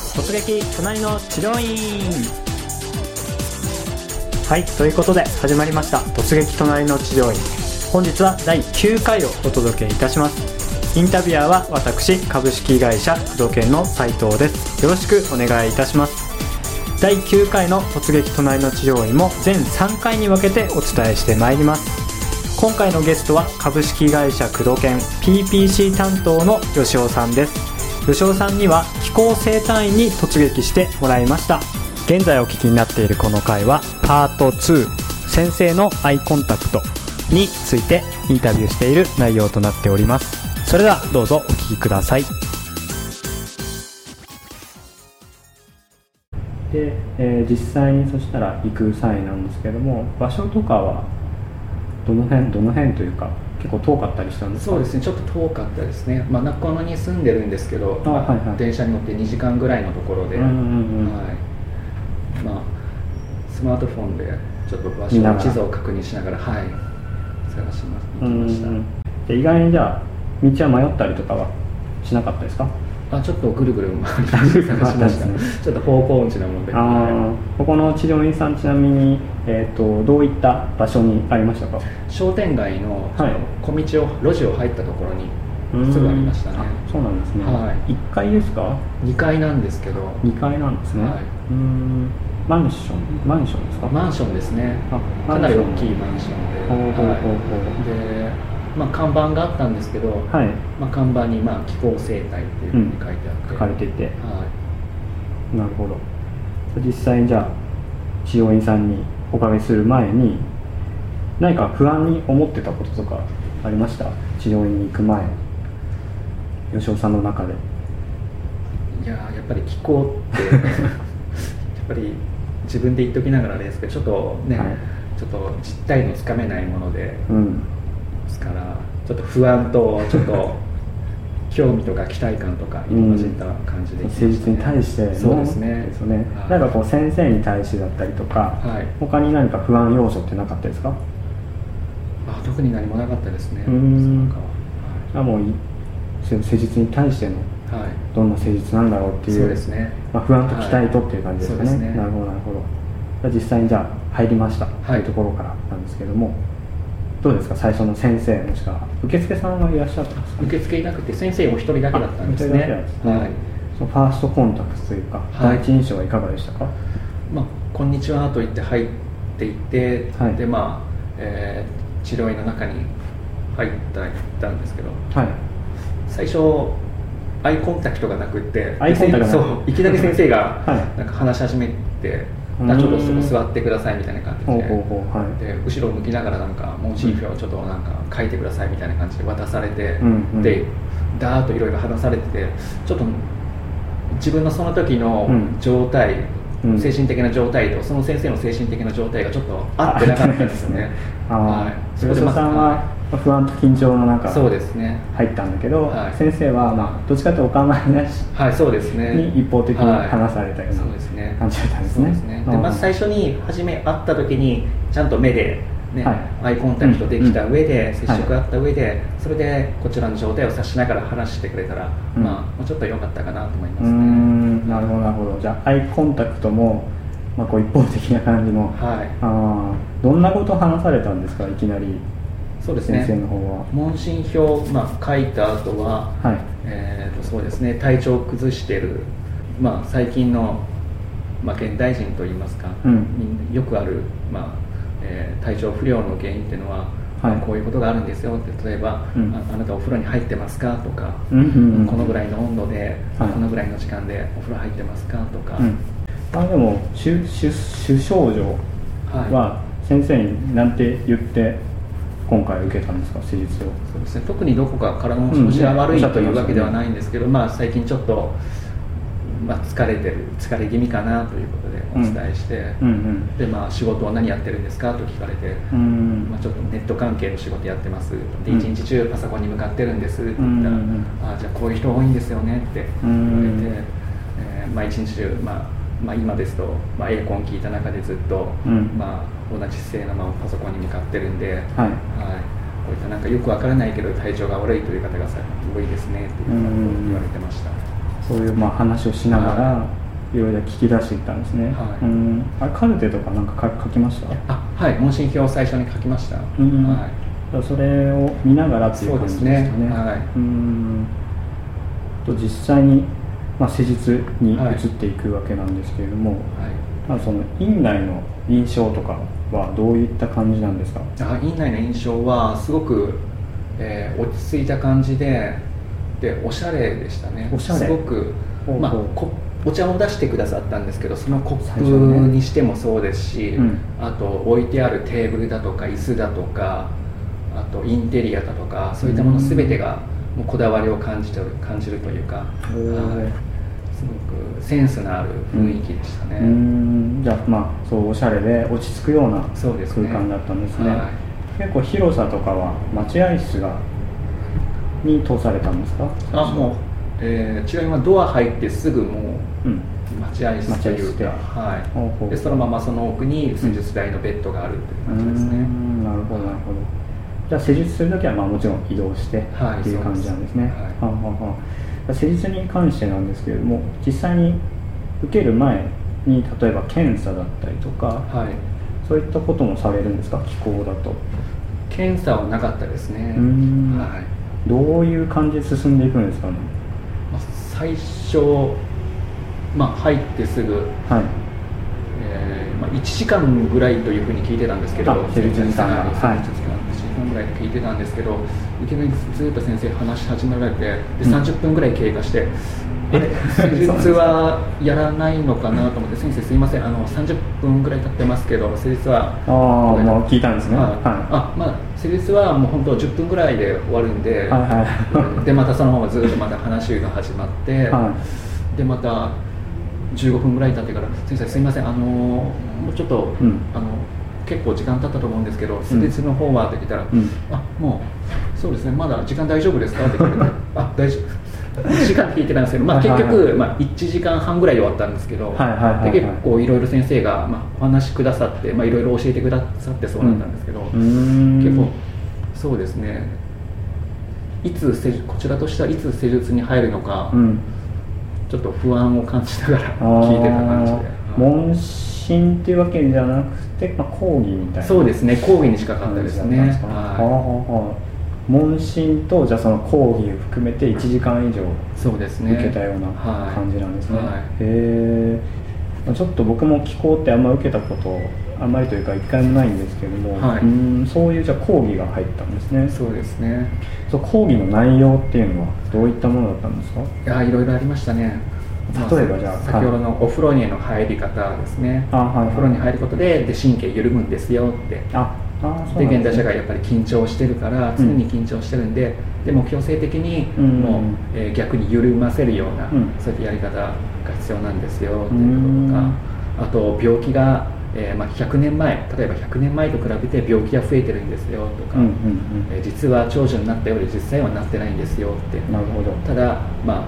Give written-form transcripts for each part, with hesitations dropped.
突撃隣の治療院。はい、ということで始まりました突撃隣の治療院。本日は第9回をお届けいたします。インタビュアーは私、株式会社工藤研の斉藤です。よろしくお願いいたします。第9回の突撃隣の治療院も全3回に分けてお伝えしてまいります。今回のゲストは株式会社工藤研 PPC 担当の吉尾さんです。吉尾さんには気候生態院に突撃してもらいました。現在お聞きになっているこの回はパート2、先生のアイコンタクトについてインタビューしている内容となっております。それではどうぞお聞きください。で、実際にそしたら行く際なんですけども、場所とかはどの辺というか結構遠かったりしたんですか？ そうですね、ちょっと遠かったですね。中野に住んでるんですけど、電車に乗って2時間ぐらいのところで、スマートフォンでちょっと場所の地図を確認しながら、探し行きました。 意外にじゃあ道は迷ったりとかはしなかったですか？ ちょっとぐるぐる回り探しましたね。ちょっと方向音痴なもので。 ここの治療院さん、ちなみに、どういった場所にありましたか？ 商店街の小道を、路地を入ったところにすぐありましたね。 そうなんですね。1階ですか ？2階なんですけど。 2階なんですね。マンションですか？ マンションですね。かなり大きいマンションで。で看板があったんですけど、看板に気候生態っていうふうに書いてあって、 書かれてて、なるほど。実際にじゃあ治療院さんにおかけする前に何か不安に思ってたこととかありました？治療院に行く前、吉尾さんの中で。 やっぱり気候ってやっぱり自分で言っときながらですけど、ちょっとね、ちょっと実態のつかめないもので、ですからちょっと不安とちょっと興味とか期待感とか入り混じった感じで、 誠実に対してのそうですね。 なんかこう先生に対してだったりとか、他に何か不安要素ってなかったですか？ 特に何もなかったですね。 もう誠実に対してのどんな誠実なんだろうっていう、不安と期待とっていう感じですかね。なるほど。実際にじゃあ入りましたというところからなんですけども、どうですか？最初の先生、もしくは受付さんはいらっしゃったんですか？ 受付いなくて先生お一人だけだったんですね。 そのファーストコンタクトというか、第一印象はいかがでしたか？ こんにちはと言って入っていって、で治療院の中に入ったんですけど、最初アイコンタクトがなくって、いきなり先生がなんか話し始めて、ちょっとそこ座ってくださいみたいな感じで、後ろを向きながらなんか問診票をちょっとなんか書いてくださいみたいな感じで渡されて、でダーッといろいろ話されてて、ちょっと自分のその時の状態、精神的な状態とその先生の精神的な状態がちょっと合ってなかったんですよね。 吉尾さんは不安と緊張の中そうですね入ったんだけど、先生はどっちかというとお構いなしに一方的に話されたような感じだったんですね。 でまず最初に初め会った時にちゃんと目でアイコンタクトできた上で、接触あった上で、それでこちらの状態を察しながら話してくれたら、もうちょっと良かったかなと思いますね。 なるほど。じゃあアイコンタクトもこう一方的な感じの、どんなことを話されたんですか？いきなり。 そうですね、 先生の方は問診票、書いた後は、そうですね、体調を崩している、最近の、現代人といいますか、よくある、体調不良の原因っていうのは、こういうことがあるんですよって、例えば、あなたお風呂に入ってますかとか、このぐらいの温度で、このぐらいの時間でお風呂入ってますかとか。 でも主症状は先生に何て言って今回受けたんですか？施術を。 そうですね、特にどこか体の調子が悪いというわけではないんですけど、最近ちょっと、疲れ気味かなということでお伝えして、で仕事は何やってるんですかと聞かれて、ちょっとネット関係の仕事やってますで、一日中パソコンに向かってるんですって言ったら、じゃあこういう人多いんですよねって言われて、一日中、今ですと、エアコン効いた中でずっと、同じ姿勢のままパソコンに向かってるんで、こういったなんかよくわからないけど体調が悪いという方が多いですねっていうことを言われてました。 そういう話をしながら、 いろいろ聞き出していったんですね。 はい、 あれカルテとかなんか書きました？ はい、問診票を最初に書きました。はい、 それを見ながらっていう感じですかね。 そうですね。はい、 と実際に、施術に移っていくわけなんですけれども、その院内の印象とかはどういった感じなんですか？ 院内の印象はすごく、落ち着いた感じでおしゃれでしたね。すごく、お茶を出してくださったんですけど、そのコップにしてもそうですし、あと置いてあるテーブルだとか椅子だとか、あとインテリアだとか、そういったもの全てがもうこだわりを感じるというか、すごくセンスのある雰囲気でしたね。 じゃあそうおしゃれで落ち着くような空間だったんですね。結構広さとかは待合室に通されたんですか？ もう治療院はドア入ってすぐもう待合室というか、でそのままその奥に施術台のベッドがあるという感じですね。 なるほどなるほど。じゃあ施術するときはもちろん移動してっていう感じなんですね。施術に関してなんですけれども、実際に受ける前に例えば検査だったりとか、そういったこともされるんですか？気候だと。 検査はなかったですね。 どういう感じで進んでいくんですかね？ 最初、入ってすぐ、1時間ぐらいというふうに聞いてたんですけど、 施術時間が 1時間ぐらいと聞いてたんですけど、いきなりずっと先生話し始められて、で30分ぐらい経過して、施術はやらないのかなと思って、先生すいません、30分ぐらい経ってますけど施術はもう聞いたんですね。 施術はもう本当10分ぐらいで終わるんで、でまたそのままずっとまた話が始まって、でまた15分ぐらい経ってから「先生すいません、もうちょっと、結構時間経ったと思うんですけど施術の方は」って聞いたら「もうそうですね、まだ時間大丈夫ですか?」って聞かれて「大丈夫」1時間聞いてたんですけど、結局、1時間半ぐらいで終わったんですけど、で結構いろいろ先生が、お話しくださって、いろいろ教えてくださってそうだったんですけど、結構そうですね、こちらとしてはいつ施術に入るのか、ちょっと不安を感じながら聞いてた感じで。 問診っていうわけじゃなくて、講義みたいな。 そうですね、講義に近かったですね。 問診とじゃあその講義を含めて1時間以上受けたような感じなんですね。ちょっと僕も気候ってあんま受けたことあんまりというか1回もないんですけれども、そういうじゃあ講義が入ったんですね。 そうですね。 講義の内容っていうのはどういったものだったんですか？ いろいろありましたね。 例えばじゃあ先ほどのお風呂への入り方ですね。お風呂に入ることで神経緩むんですよって。で現代社会やっぱり緊張してるから常に緊張してるんで、目標性的にもう、逆に緩ませるような、そういったやり方が必要なんですよっていうこととか、あと病気が、100年前例えば100年前と比べて病気が増えてるんですよとか、実は長寿になったようで実際はなってないんですよって。 なるほど。 ただ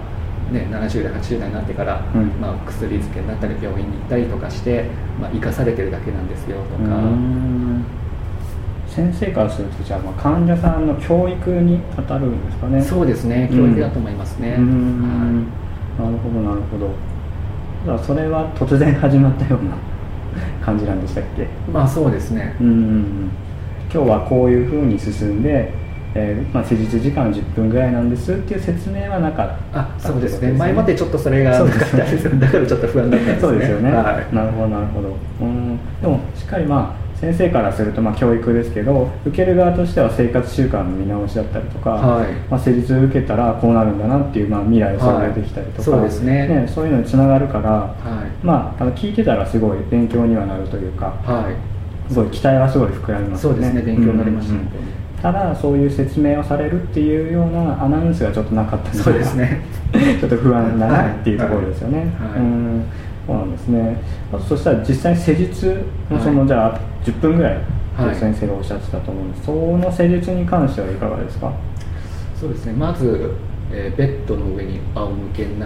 70代80代になってから、薬漬けになったり病院に行ったりとかして、生かされてるだけなんですよとか。 先生からするとじゃあ患者さんの教育に当たるんですかね？ そうですね、教育だと思いますね。なるほどなるほど。だからそれは突然始まったような感じなんでしたっけ？ そうですね。 今日はこういうふうに進んで、施術時間10分ぐらいなんですっていう説明はなかった。 そうですね。前までちょっとそれがなかったですだからちょっと不安だったんですね。 そうですよね。なるほどなるほど。でもしっかり先生からすると教育ですけど、受ける側としては生活習慣の見直しだったりとか、施術受けたらこうなるんだなっていう未来想像できたりとか、 そうですね。 そういうのにつながるから、聞いてたらすごい勉強にはなるというか、すごい期待はすごい膨らみますね。 そうですね、勉強になりましたね。 ただそういう説明をされるっていうようなアナウンスがちょっとなかったので、 そうですね。 ちょっと不安だなっていうところですよね。そうなんですね。そしたら実際施術のじゃあ10分ぐらいと先生がおっしゃってたと思うんです。その施術に関してはいかがですか？ そうですね。まず、ベッドの上に仰向けになって、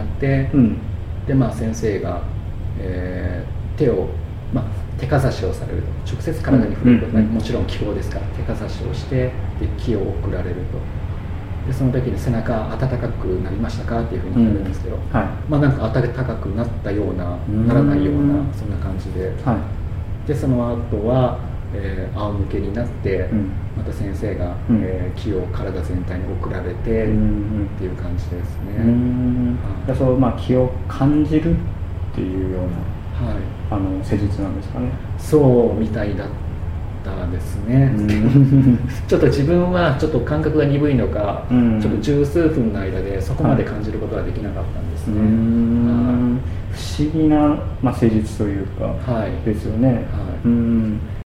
で先生が、手を手かざしをされると、直接体に触れることはもちろん気泡ですから手かざしをしてで気を送られると。 でその時に背中温かくなりましたかっていうふうに聞かれるんですけど、まあなんか温かくなったような、ならないような、そんな感じで、でその後は、仰向けになって、また先生が、気を体全体に送られて、っていう感じですね。 そうまあ気を感じるっていうような、施術なんですかね。 そうみたいだったですね。ちょっと自分はちょっと感覚が鈍いのか、ちょっと十数分の間でそこまで感じることはできなかったんですね。 不思議な、施術というか、ですよね。